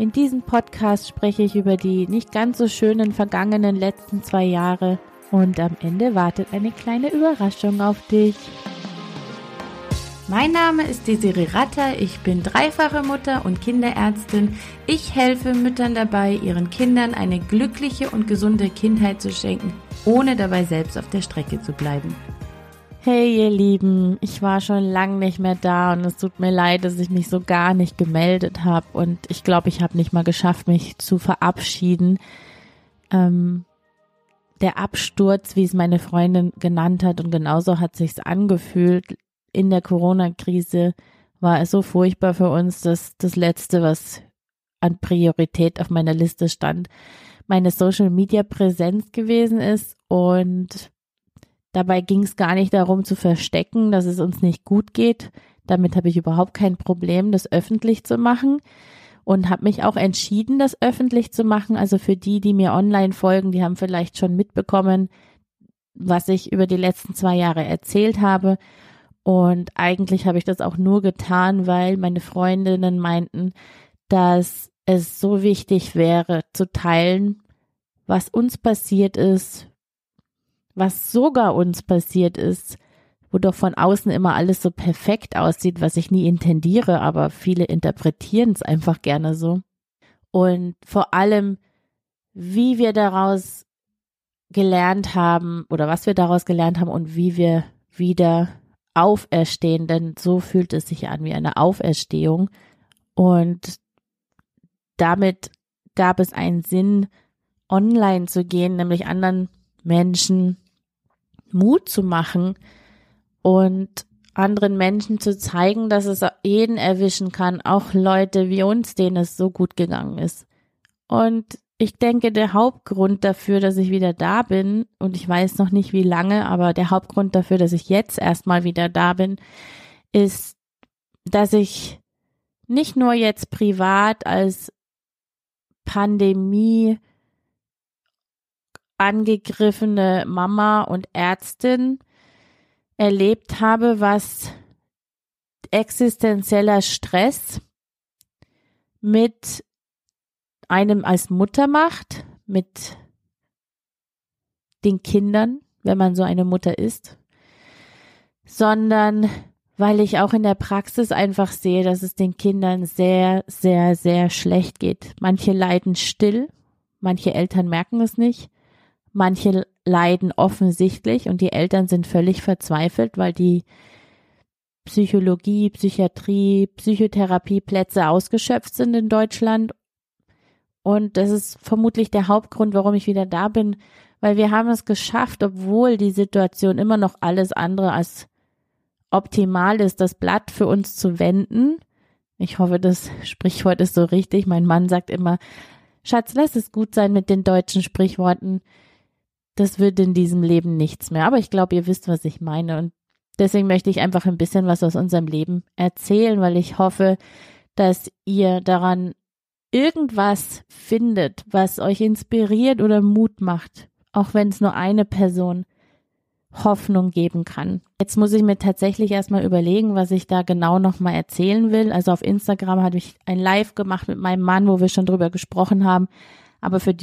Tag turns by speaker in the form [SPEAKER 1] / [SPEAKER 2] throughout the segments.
[SPEAKER 1] In diesem Podcast spreche ich über die nicht ganz so schönen vergangenen letzten 2 Jahre und am Ende wartet eine kleine Überraschung auf dich. Mein Name ist Desiree Ratter, ich bin dreifache Mutter und Kinderärztin. Ich helfe Müttern dabei, ihren Kindern eine glückliche und gesunde Kindheit zu schenken, ohne dabei selbst auf der Strecke zu bleiben. Hey ihr Lieben, ich war schon lange nicht mehr da und es tut mir leid, dass ich mich so gar nicht gemeldet habe und ich glaube, ich habe nicht mal geschafft, mich zu verabschieden. Der Absturz, wie es meine Freundin genannt hat, und genauso hat sich's angefühlt. In der Corona-Krise war es so furchtbar für uns, dass das Letzte, was an Priorität auf meiner Liste stand, meine Social-Media-Präsenz gewesen ist. Und dabei ging es gar nicht darum zu verstecken, dass es uns nicht gut geht. Damit habe ich überhaupt kein Problem, das öffentlich zu machen. Und habe mich auch entschieden, das öffentlich zu machen. Also für die mir online folgen, die haben vielleicht schon mitbekommen, was ich über die letzten 2 Jahre erzählt habe. Und eigentlich habe ich das auch nur getan, weil meine Freundinnen meinten, dass es so wichtig wäre, zu teilen, was uns passiert ist, was sogar uns passiert ist, wo doch von außen immer alles so perfekt aussieht, was ich nie intendiere, aber viele interpretieren es einfach gerne so. Und vor allem, wie wir daraus gelernt haben oder was wir daraus gelernt haben und wie wir wieder auferstehen, denn so fühlt es sich an wie eine Auferstehung. Und damit gab es einen Sinn, online zu gehen, nämlich anderen Menschen Mut zu machen und anderen Menschen zu zeigen, dass es jeden erwischen kann, auch Leute wie uns, denen es so gut gegangen ist. Und ich denke, der Hauptgrund dafür, dass ich wieder da bin, und ich weiß noch nicht wie lange, aber der Hauptgrund dafür, dass ich jetzt erstmal wieder da bin, ist, dass ich nicht nur jetzt privat als Pandemie angegriffene Mama und Ärztin erlebt habe, was existenzieller Stress mit einem als Mutter macht, mit den Kindern, wenn man so eine Mutter ist, sondern weil ich auch in der Praxis einfach sehe, dass es den Kindern sehr, sehr, sehr schlecht geht. Manche leiden still, manche Eltern merken es nicht, manche leiden offensichtlich und die Eltern sind völlig verzweifelt, weil die Psychologie, Psychiatrie, Psychotherapieplätze ausgeschöpft sind in Deutschland. Und das ist vermutlich der Hauptgrund, warum ich wieder da bin, weil wir haben es geschafft, obwohl die Situation immer noch alles andere als optimal ist, das Blatt für uns zu wenden. Ich hoffe, das Sprichwort ist so richtig. Mein Mann sagt immer, Schatz, lass es gut sein mit den deutschen Sprichworten. Das wird in diesem Leben nichts mehr. Aber ich glaube, ihr wisst, was ich meine. Und deswegen möchte ich einfach ein bisschen was aus unserem Leben erzählen, weil ich hoffe, dass ihr daran irgendwas findet, was euch inspiriert oder Mut macht, auch wenn es nur eine Person Hoffnung geben kann. Jetzt muss ich mir tatsächlich erstmal überlegen, was ich da genau nochmal erzählen will. Also auf Instagram hatte ich ein Live gemacht mit meinem Mann, wo wir schon drüber gesprochen haben. Aber für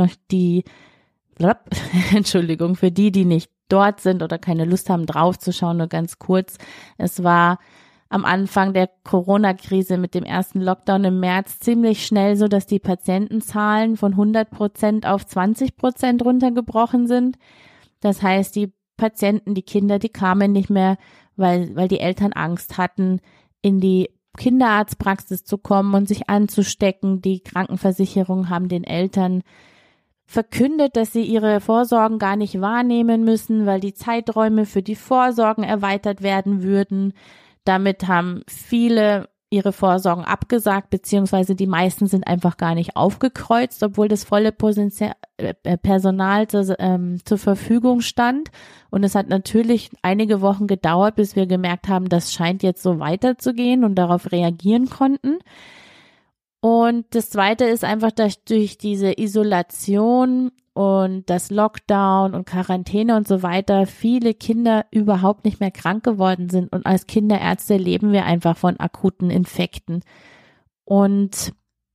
[SPEAKER 1] für die nicht dort sind oder keine Lust haben, draufzuschauen, nur ganz kurz. Es war am Anfang der Corona-Krise mit dem ersten Lockdown im März ziemlich schnell so, dass die Patientenzahlen von 100% auf 20% runtergebrochen sind. Das heißt, die Patienten, die Kinder, die kamen nicht mehr, weil die Eltern Angst hatten, in die Kinderarztpraxis zu kommen und sich anzustecken. Die Krankenversicherungen haben den Eltern verkündet, dass sie ihre Vorsorgen gar nicht wahrnehmen müssen, weil die Zeiträume für die Vorsorgen erweitert werden würden. Damit haben viele ihre Vorsorgen abgesagt, beziehungsweise die meisten sind einfach gar nicht aufgekreuzt, obwohl das volle Personal zur Verfügung stand. Und es hat natürlich einige Wochen gedauert, bis wir gemerkt haben, das scheint jetzt so weiterzugehen und darauf reagieren konnten. Und das Zweite ist einfach, dass durch diese Isolation und das Lockdown und Quarantäne und so weiter viele Kinder überhaupt nicht mehr krank geworden sind. Und als Kinderärzte leben wir einfach von akuten Infekten. Und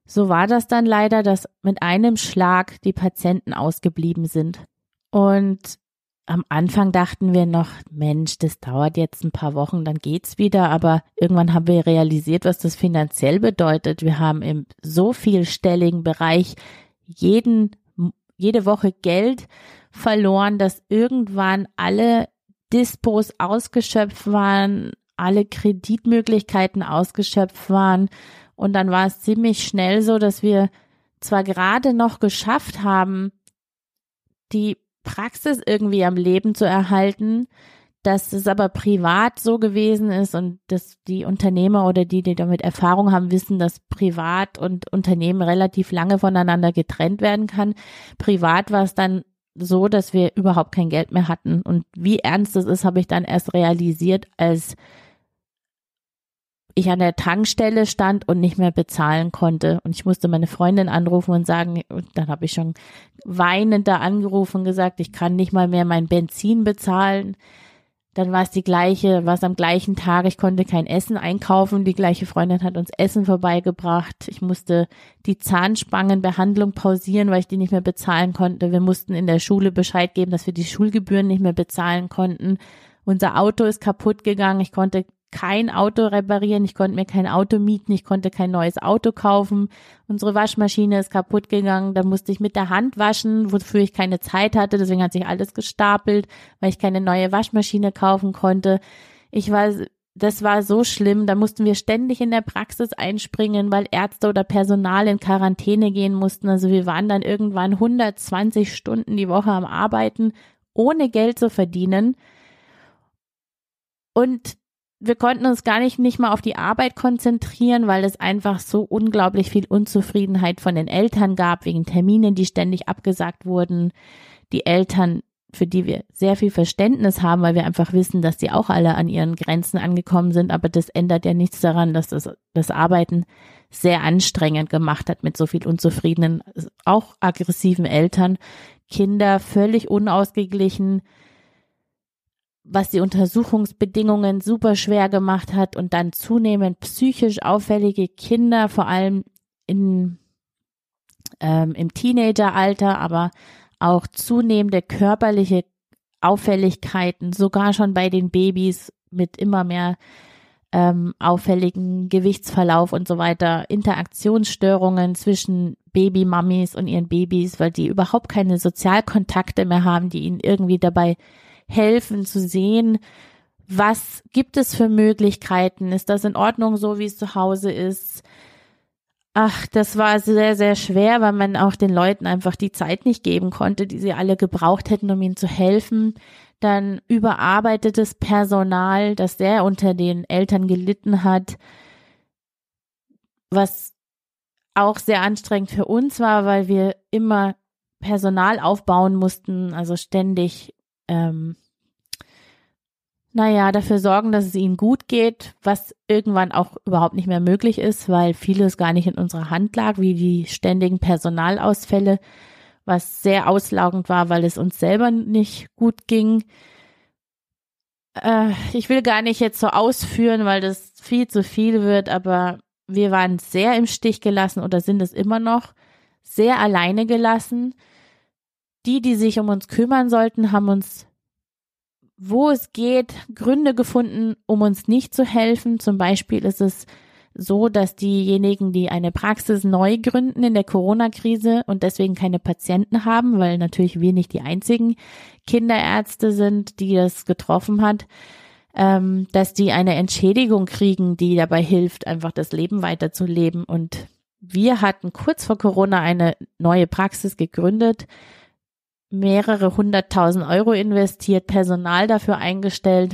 [SPEAKER 1] so war das dann leider, dass mit einem Schlag die Patienten ausgeblieben sind. Und am Anfang dachten wir noch, Mensch, das dauert jetzt ein paar Wochen, dann geht's wieder. Aber irgendwann haben wir realisiert, was das finanziell bedeutet. Wir haben im so vielstelligen Bereich jede Woche Geld verloren, dass irgendwann alle Dispos ausgeschöpft waren, alle Kreditmöglichkeiten ausgeschöpft waren. Und dann war es ziemlich schnell so, dass wir zwar gerade noch geschafft haben, die Praxis irgendwie am Leben zu erhalten, dass es aber privat so gewesen ist und dass die Unternehmer oder die damit Erfahrung haben, wissen, dass Privat und Unternehmen relativ lange voneinander getrennt werden kann. Privat war es dann so, dass wir überhaupt kein Geld mehr hatten. Und wie ernst das ist, habe ich dann erst realisiert, als ich an der Tankstelle stand und nicht mehr bezahlen konnte. Und ich musste meine Freundin anrufen und sagen, und dann habe ich schon weinend da angerufen und gesagt, ich kann nicht mal mehr mein Benzin bezahlen. Dann war es am gleichen Tag, ich konnte kein Essen einkaufen. Die gleiche Freundin hat uns Essen vorbeigebracht. Ich musste die Zahnspangenbehandlung pausieren, weil ich die nicht mehr bezahlen konnte. Wir mussten in der Schule Bescheid geben, dass wir die Schulgebühren nicht mehr bezahlen konnten. Unser Auto ist kaputt gegangen. Ich konnte kein Auto reparieren, ich konnte mir kein Auto mieten, ich konnte kein neues Auto kaufen, unsere Waschmaschine ist kaputt gegangen, dann musste ich mit der Hand waschen, wofür ich keine Zeit hatte, deswegen hat sich alles gestapelt, weil ich keine neue Waschmaschine kaufen konnte. Das war so schlimm, da mussten wir ständig in der Praxis einspringen, weil Ärzte oder Personal in Quarantäne gehen mussten, also wir waren dann irgendwann 120 Stunden die Woche am Arbeiten, ohne Geld zu verdienen und wir konnten uns gar nicht mal auf die Arbeit konzentrieren, weil es einfach so unglaublich viel Unzufriedenheit von den Eltern gab, wegen Terminen, die ständig abgesagt wurden. Die Eltern, für die wir sehr viel Verständnis haben, weil wir einfach wissen, dass die auch alle an ihren Grenzen angekommen sind. Aber das ändert ja nichts daran, dass das Arbeiten sehr anstrengend gemacht hat mit so viel unzufriedenen, auch aggressiven Eltern. Kinder völlig unausgeglichen, was die Untersuchungsbedingungen super schwer gemacht hat und dann zunehmend psychisch auffällige Kinder, vor allem im Teenageralter, aber auch zunehmende körperliche Auffälligkeiten, sogar schon bei den Babys mit immer mehr auffälligen Gewichtsverlauf und so weiter, Interaktionsstörungen zwischen Babymammis und ihren Babys, weil die überhaupt keine Sozialkontakte mehr haben, die ihnen irgendwie dabei helfen zu sehen, was gibt es für Möglichkeiten, ist das in Ordnung so, wie es zu Hause ist. Ach, das war sehr, sehr schwer, weil man auch den Leuten einfach die Zeit nicht geben konnte, die sie alle gebraucht hätten, um ihnen zu helfen. Dann überarbeitetes Personal, das sehr unter den Eltern gelitten hat, was auch sehr anstrengend für uns war, weil wir immer Personal aufbauen mussten, also ständig dafür sorgen, dass es ihnen gut geht, was irgendwann auch überhaupt nicht mehr möglich ist, weil vieles gar nicht in unserer Hand lag, wie die ständigen Personalausfälle, was sehr auslaugend war, weil es uns selber nicht gut ging. Ich will gar nicht jetzt so ausführen, weil das viel zu viel wird, aber wir waren sehr im Stich gelassen oder sind es immer noch, sehr alleine gelassen. Die sich um uns kümmern sollten, haben uns, wo es geht, Gründe gefunden, um uns nicht zu helfen. Zum Beispiel ist es so, dass diejenigen, die eine Praxis neu gründen in der Corona-Krise und deswegen keine Patienten haben, weil natürlich wir nicht die einzigen Kinderärzte sind, die das getroffen hat, dass die eine Entschädigung kriegen, die dabei hilft, einfach das Leben weiterzuleben. Und wir hatten kurz vor Corona eine neue Praxis gegründet, mehrere 100.000 Euro investiert, Personal dafür eingestellt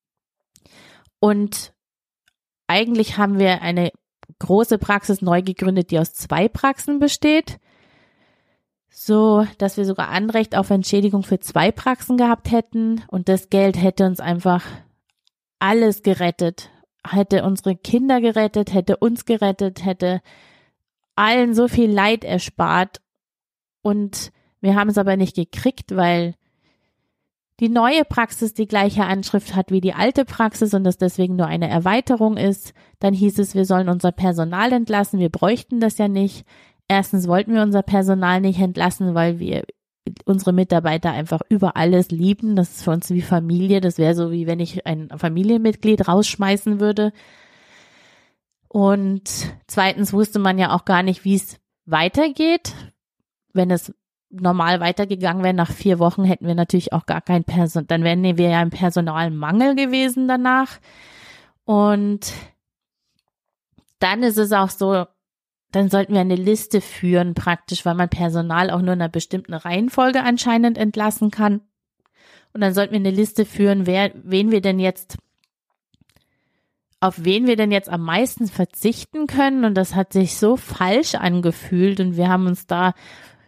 [SPEAKER 1] und eigentlich haben wir eine große Praxis neu gegründet, die aus 2 Praxen besteht, so dass wir sogar Anrecht auf Entschädigung für 2 Praxen gehabt hätten und das Geld hätte uns einfach alles gerettet, hätte unsere Kinder gerettet, hätte uns gerettet, hätte allen so viel Leid erspart und wir haben es aber nicht gekriegt, weil die neue Praxis die gleiche Anschrift hat wie die alte Praxis und das deswegen nur eine Erweiterung ist. Dann hieß es, wir sollen unser Personal entlassen. Wir bräuchten das ja nicht. Erstens wollten wir unser Personal nicht entlassen, weil wir unsere Mitarbeiter einfach über alles lieben. Das ist für uns wie Familie. Das wäre so, wie wenn ich ein Familienmitglied rausschmeißen würde. Und zweitens wusste man ja auch gar nicht, wie es weitergeht. Wenn es normal weitergegangen wäre, nach 4 Wochen hätten wir natürlich auch gar kein Personal, dann wären wir ja im Personalmangel gewesen danach. Und dann ist es auch so, dann sollten wir eine Liste führen praktisch, weil man Personal auch nur in einer bestimmten Reihenfolge anscheinend entlassen kann. Und dann sollten wir eine Liste führen, auf wen wir denn jetzt am meisten verzichten können. Und das hat sich so falsch angefühlt und wir haben uns da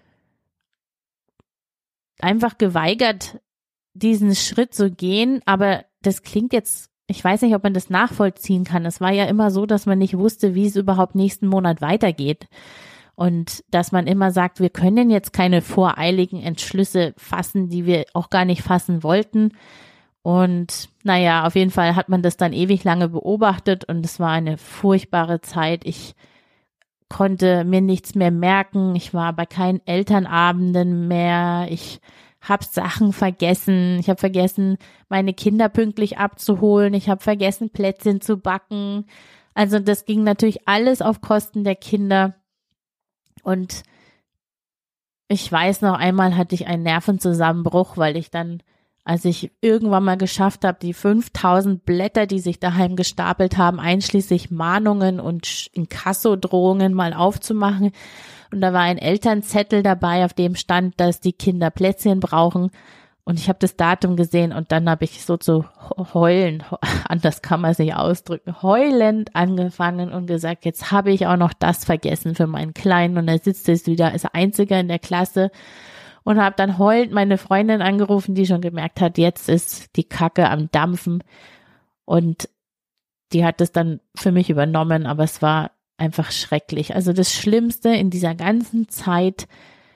[SPEAKER 1] einfach geweigert, diesen Schritt zu gehen. Aber das klingt jetzt, ich weiß nicht, ob man das nachvollziehen kann. Es war ja immer so, dass man nicht wusste, wie es überhaupt nächsten Monat weitergeht. Und dass man immer sagt, wir können jetzt keine voreiligen Entschlüsse fassen, die wir auch gar nicht fassen wollten. Und naja, auf jeden Fall hat man das dann ewig lange beobachtet und es war eine furchtbare Zeit. Ich konnte mir nichts mehr merken. Ich war bei keinen Elternabenden mehr. Ich habe Sachen vergessen. Ich habe vergessen, meine Kinder pünktlich abzuholen. Ich habe vergessen, Plätzchen zu backen. Also das ging natürlich alles auf Kosten der Kinder. Und ich weiß noch, einmal hatte ich einen Nervenzusammenbruch, weil ich dann, als ich irgendwann mal geschafft habe, die 5000 Blätter, die sich daheim gestapelt haben, einschließlich Mahnungen und Inkasso-Drohungen mal aufzumachen. Und da war ein Elternzettel dabei, auf dem stand, dass die Kinder Plätzchen brauchen. Und ich habe das Datum gesehen und dann habe ich so zu heulen, anders kann man es nicht ausdrücken, heulend angefangen und gesagt, jetzt habe ich auch noch das vergessen für meinen Kleinen. Und er sitzt jetzt wieder als Einziger in der Klasse. Und habe dann heulend meine Freundin angerufen, die schon gemerkt hat, jetzt ist die Kacke am Dampfen. Und die hat es dann für mich übernommen, aber es war einfach schrecklich. Also das Schlimmste in dieser ganzen Zeit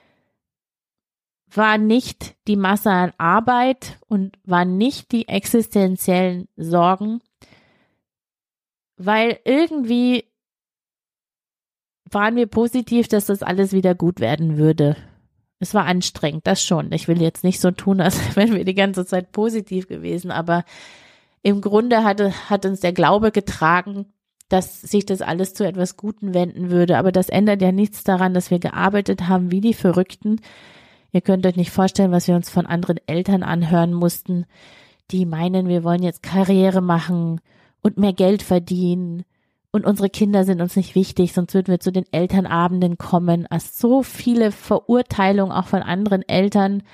[SPEAKER 1] war nicht die Masse an Arbeit und waren nicht die existenziellen Sorgen, weil irgendwie waren wir positiv, dass das alles wieder gut werden würde. Es war anstrengend, das schon. Ich will jetzt nicht so tun, als wären wir die ganze Zeit positiv gewesen, aber im Grunde hat uns der Glaube getragen, dass sich das alles zu etwas Guten wenden würde. Aber das ändert ja nichts daran, dass wir gearbeitet haben wie die Verrückten. Ihr könnt euch nicht vorstellen, was wir uns von anderen Eltern anhören mussten, die meinen, wir wollen jetzt Karriere machen und mehr Geld verdienen. Und unsere Kinder sind uns nicht wichtig, sonst würden wir zu den Elternabenden kommen. Also so viele Verurteilungen auch von anderen Eltern,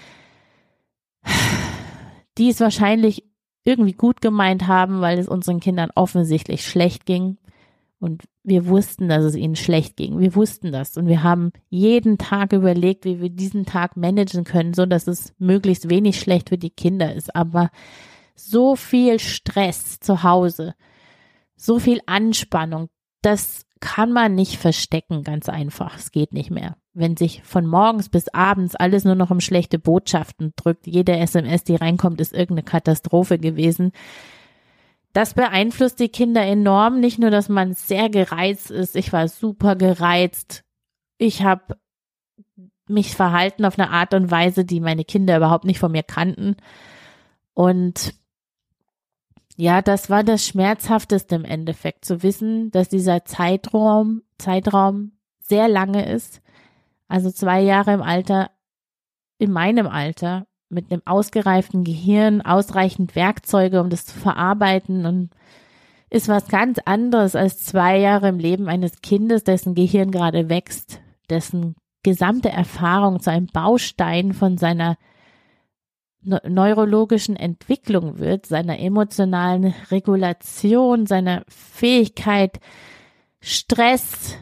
[SPEAKER 1] die es wahrscheinlich irgendwie gut gemeint haben, weil es unseren Kindern offensichtlich schlecht ging. Und wir wussten, dass es ihnen schlecht ging. Wir wussten das. Und wir haben jeden Tag überlegt, wie wir diesen Tag managen können, so dass es möglichst wenig schlecht für die Kinder ist. Aber so viel Stress zu Hause, so viel Anspannung, das kann man nicht verstecken, ganz einfach. Es geht nicht mehr. Wenn sich von morgens bis abends alles nur noch um schlechte Botschaften drückt, jede SMS, die reinkommt, ist irgendeine Katastrophe gewesen. Das beeinflusst die Kinder enorm. Nicht nur, dass man sehr gereizt ist. Ich war super gereizt. Ich habe mich verhalten auf eine Art und Weise, die meine Kinder überhaupt nicht von mir kannten. Und ja, das war das Schmerzhafteste im Endeffekt, zu wissen, dass dieser Zeitraum sehr lange ist. Also 2 Jahre in meinem Alter, mit einem ausgereiften Gehirn, ausreichend Werkzeuge, um das zu verarbeiten, und ist was ganz anderes als 2 Jahre im Leben eines Kindes, dessen Gehirn gerade wächst, dessen gesamte Erfahrung zu einem Baustein von seiner neurologischen Entwicklung wird, seiner emotionalen Regulation, seiner Fähigkeit, Stress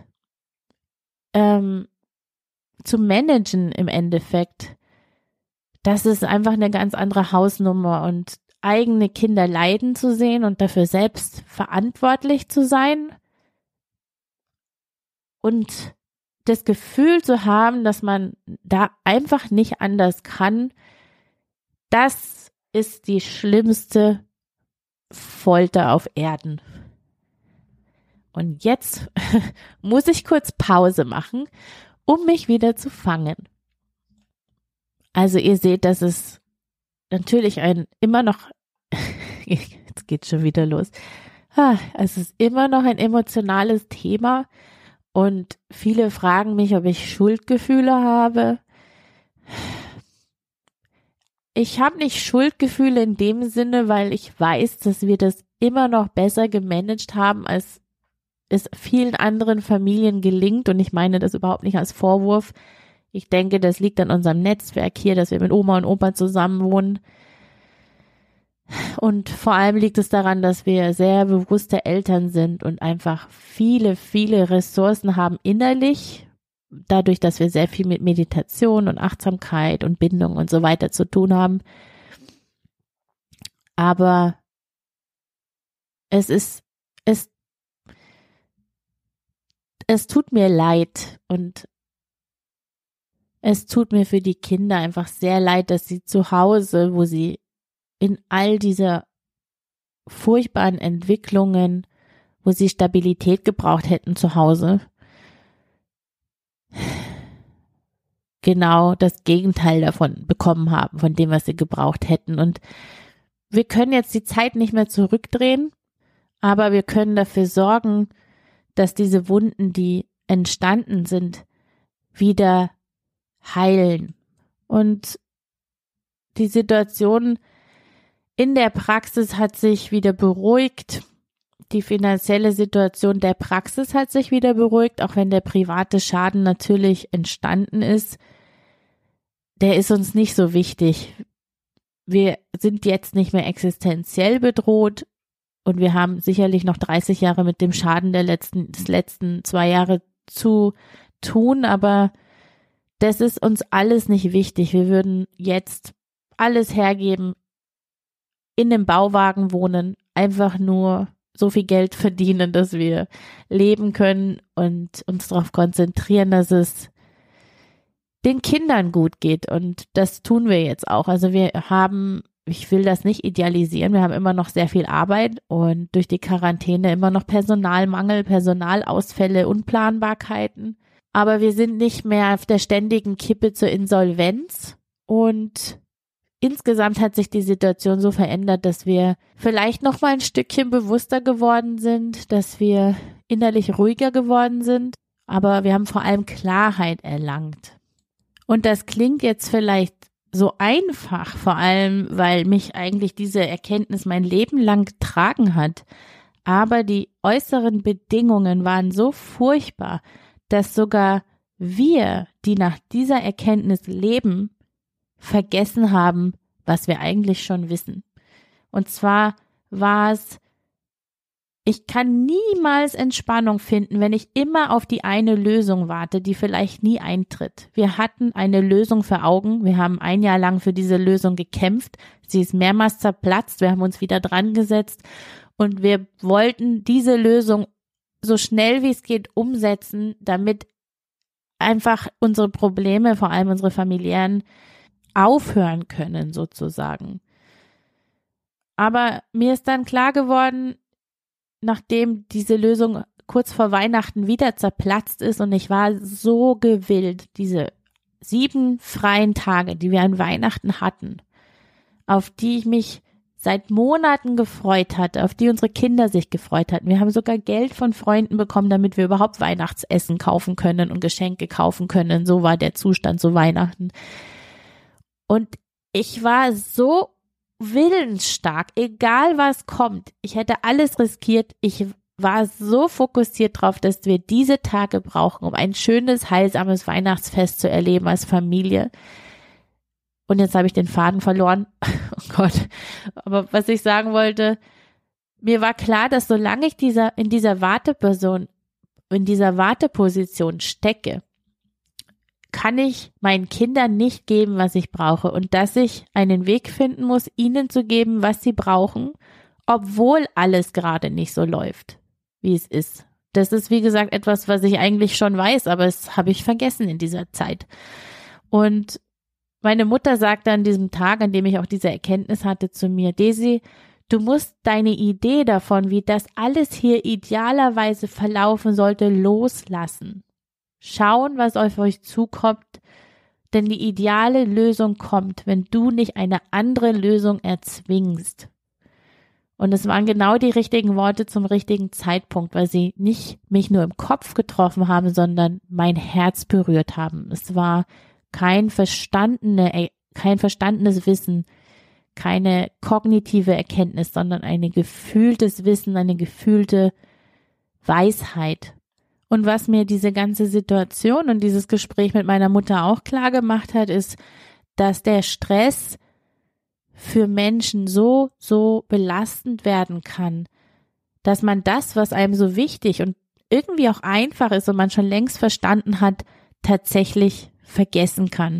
[SPEAKER 1] zu managen im Endeffekt. Das ist einfach eine ganz andere Hausnummer, und eigene Kinder leiden zu sehen und dafür selbst verantwortlich zu sein und das Gefühl zu haben, dass man da einfach nicht anders kann, Das ist die schlimmste Folter auf Erden. Und jetzt muss ich kurz Pause machen, um mich wieder zu fangen. Also ihr seht, dass es natürlich immer noch, jetzt geht's schon wieder los, es ist immer noch ein emotionales Thema und viele fragen mich, ob ich Schuldgefühle habe. Ich habe nicht Schuldgefühle in dem Sinne, weil ich weiß, dass wir das immer noch besser gemanagt haben, als es vielen anderen Familien gelingt. Und ich meine das überhaupt nicht als Vorwurf. Ich denke, das liegt an unserem Netzwerk hier, dass wir mit Oma und Opa zusammen wohnen. Und vor allem liegt es daran, dass wir sehr bewusste Eltern sind und einfach viele, viele Ressourcen haben innerlich, dadurch, dass wir sehr viel mit Meditation und Achtsamkeit und Bindung und so weiter zu tun haben. Aber es tut mir leid und es tut mir für die Kinder einfach sehr leid, dass sie zu Hause, wo sie in all dieser furchtbaren Entwicklungen, wo sie Stabilität gebraucht hätten zu Hause, genau das Gegenteil davon bekommen haben, von dem, was sie gebraucht hätten. Und wir können jetzt die Zeit nicht mehr zurückdrehen, aber wir können dafür sorgen, dass diese Wunden, die entstanden sind, wieder heilen. Und die Situation in der Praxis hat sich wieder beruhigt. Die finanzielle Situation der Praxis hat sich wieder beruhigt, auch wenn der private Schaden natürlich entstanden ist. Der ist uns nicht so wichtig. Wir sind jetzt nicht mehr existenziell bedroht und wir haben sicherlich noch 30 Jahre mit dem Schaden des letzten 2 Jahre zu tun, aber das ist uns alles nicht wichtig. Wir würden jetzt alles hergeben, in einem Bauwagen wohnen, einfach nur so viel Geld verdienen, dass wir leben können und uns darauf konzentrieren, dass es den Kindern gut geht. Und das tun wir jetzt auch. Also wir haben, ich will das nicht idealisieren, wir haben immer noch sehr viel Arbeit und durch die Quarantäne immer noch Personalmangel, Personalausfälle, Unplanbarkeiten. Aber wir sind nicht mehr auf der ständigen Kippe zur Insolvenz und insgesamt hat sich die Situation so verändert, dass wir vielleicht noch mal ein Stückchen bewusster geworden sind, dass wir innerlich ruhiger geworden sind, aber wir haben vor allem Klarheit erlangt. Und das klingt jetzt vielleicht so einfach, vor allem, weil mich eigentlich diese Erkenntnis mein Leben lang getragen hat. Aber die äußeren Bedingungen waren so furchtbar, dass sogar wir, die nach dieser Erkenntnis leben, vergessen haben, was wir eigentlich schon wissen. Und zwar war es, ich kann niemals Entspannung finden, wenn ich immer auf die eine Lösung warte, die vielleicht nie eintritt. Wir hatten eine Lösung vor Augen. Wir haben 1 Jahr lang für diese Lösung gekämpft. Sie ist mehrmals zerplatzt. Wir haben uns wieder dran gesetzt und wir wollten diese Lösung so schnell wie es geht umsetzen, damit einfach unsere Probleme, vor allem unsere familiären, aufhören können sozusagen. Aber mir ist dann klar geworden, nachdem diese Lösung kurz vor Weihnachten wieder zerplatzt ist und ich war so gewillt, diese 7 freien Tage, die wir an Weihnachten hatten, auf die ich mich seit Monaten gefreut hatte, auf die unsere Kinder sich gefreut hatten. Wir haben sogar Geld von Freunden bekommen, damit wir überhaupt Weihnachtsessen kaufen können und Geschenke kaufen können. So war der Zustand zu Weihnachten. Und ich war so willensstark, egal was kommt. Ich hätte alles riskiert. Ich war so fokussiert drauf, dass wir diese Tage brauchen, um ein schönes, heilsames Weihnachtsfest zu erleben als Familie. Und jetzt habe ich den Faden verloren. Oh Gott. Aber was ich sagen wollte, mir war klar, dass solange ich in dieser Warteposition stecke, kann ich meinen Kindern nicht geben, was ich brauche und dass ich einen Weg finden muss, ihnen zu geben, was sie brauchen, obwohl alles gerade nicht so läuft, wie es ist. Das ist, wie gesagt, etwas, was ich eigentlich schon weiß, aber das habe ich vergessen in dieser Zeit. Und meine Mutter sagte an diesem Tag, an dem ich auch diese Erkenntnis hatte, zu mir: Daisy, du musst deine Idee davon, wie das alles hier idealerweise verlaufen sollte, loslassen. Schauen, was auf euch zukommt, denn die ideale Lösung kommt, wenn du nicht eine andere Lösung erzwingst. Und es waren genau die richtigen Worte zum richtigen Zeitpunkt, weil sie nicht mich nur im Kopf getroffen haben, sondern mein Herz berührt haben. Es war kein verstandenes Wissen, keine kognitive Erkenntnis, sondern ein gefühltes Wissen, eine gefühlte Weisheit. Und was mir diese ganze Situation und dieses Gespräch mit meiner Mutter auch klar gemacht hat, ist, dass der Stress für Menschen so belastend werden kann, dass man das, was einem so wichtig und irgendwie auch einfach ist und man schon längst verstanden hat, tatsächlich vergessen kann.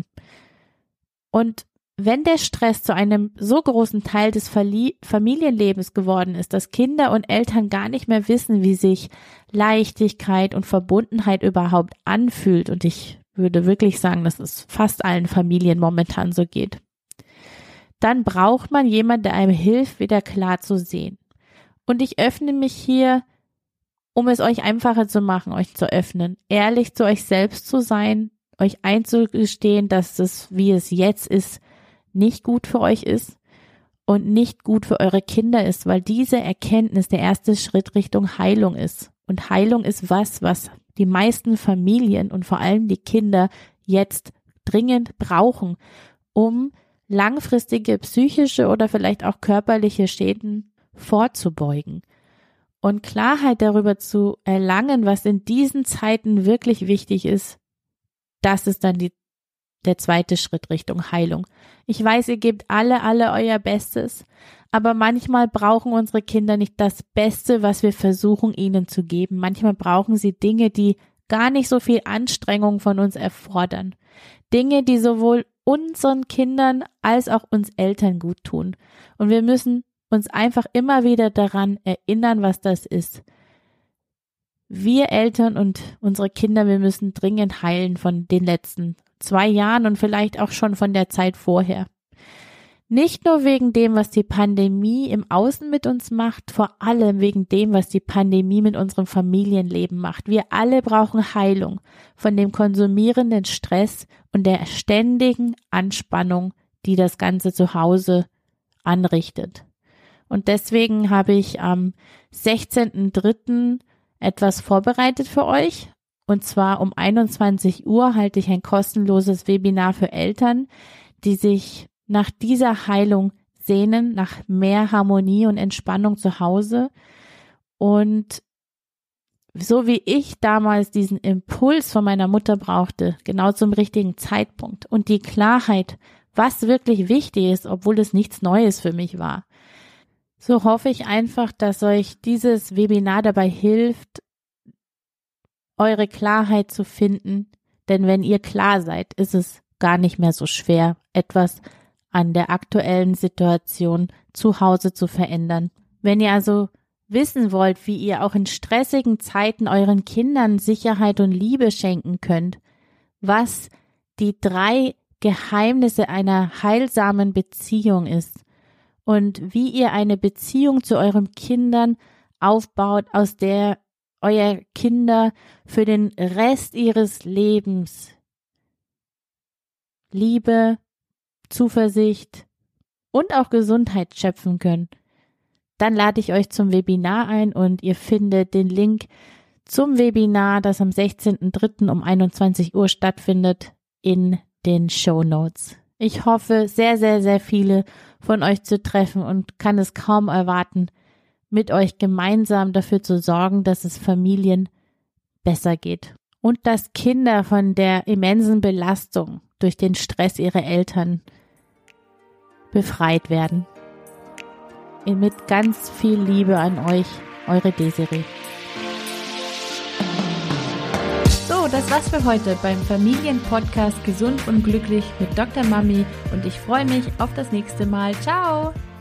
[SPEAKER 1] Und wenn der Stress zu einem so großen Teil des Familienlebens geworden ist, dass Kinder und Eltern gar nicht mehr wissen, wie sich Leichtigkeit und Verbundenheit überhaupt anfühlt, und ich würde wirklich sagen, dass es fast allen Familien momentan so geht, dann braucht man jemanden, der einem hilft, wieder klar zu sehen. Und ich öffne mich hier, um es euch einfacher zu machen, euch zu öffnen, ehrlich zu euch selbst zu sein, euch einzugestehen, dass es, wie es jetzt ist, nicht gut für euch ist und nicht gut für eure Kinder ist, weil diese Erkenntnis der erste Schritt Richtung Heilung ist. Und Heilung ist was die meisten Familien und vor allem die Kinder jetzt dringend brauchen, um langfristige psychische oder vielleicht auch körperliche Schäden vorzubeugen. Und Klarheit darüber zu erlangen, was in diesen Zeiten wirklich wichtig ist, das ist dann der zweite Schritt Richtung Heilung. Ich weiß, ihr gebt alle euer Bestes, aber manchmal brauchen unsere Kinder nicht das Beste, was wir versuchen ihnen zu geben. Manchmal brauchen sie Dinge, die gar nicht so viel Anstrengung von uns erfordern. Dinge, die sowohl unseren Kindern als auch uns Eltern gut tun. Und wir müssen uns einfach immer wieder daran erinnern, was das ist. Wir Eltern und unsere Kinder, wir müssen dringend heilen von den letzten 2 Jahren und vielleicht auch schon von der Zeit vorher. Nicht nur wegen dem, was die Pandemie im Außen mit uns macht, vor allem wegen dem, was die Pandemie mit unserem Familienleben macht. Wir alle brauchen Heilung von dem konsumierenden Stress und der ständigen Anspannung, die das Ganze zu Hause anrichtet. Und deswegen habe ich am 16.03. etwas vorbereitet für euch. Und zwar um 21 Uhr halte ich ein kostenloses Webinar für Eltern, die sich nach dieser Heilung sehnen, nach mehr Harmonie und Entspannung zu Hause. Und so wie ich damals diesen Impuls von meiner Mutter brauchte, genau zum richtigen Zeitpunkt und die Klarheit, was wirklich wichtig ist, obwohl es nichts Neues für mich war, so hoffe ich einfach, dass euch dieses Webinar dabei hilft, eure Klarheit zu finden, denn wenn ihr klar seid, ist es gar nicht mehr so schwer, etwas an der aktuellen Situation zu Hause zu verändern. Wenn ihr also wissen wollt, wie ihr auch in stressigen Zeiten euren Kindern Sicherheit und Liebe schenken könnt, was die 3 Geheimnisse einer heilsamen Beziehung ist und wie ihr eine Beziehung zu euren Kindern aufbaut, aus der euer Kinder für den Rest ihres Lebens Liebe, Zuversicht und auch Gesundheit schöpfen können, dann lade ich euch zum Webinar ein und ihr findet den Link zum Webinar, das am 16.03. um 21 Uhr stattfindet, in den Shownotes. Ich hoffe, sehr, sehr, sehr viele von euch zu treffen und kann es kaum erwarten, mit euch gemeinsam dafür zu sorgen, dass es Familien besser geht und dass Kinder von der immensen Belastung durch den Stress ihrer Eltern befreit werden. Mit ganz viel Liebe an euch, eure Desiree. So, das war's für heute beim Familienpodcast Gesund und Glücklich mit Dr. Mami und ich freue mich auf das nächste Mal. Ciao!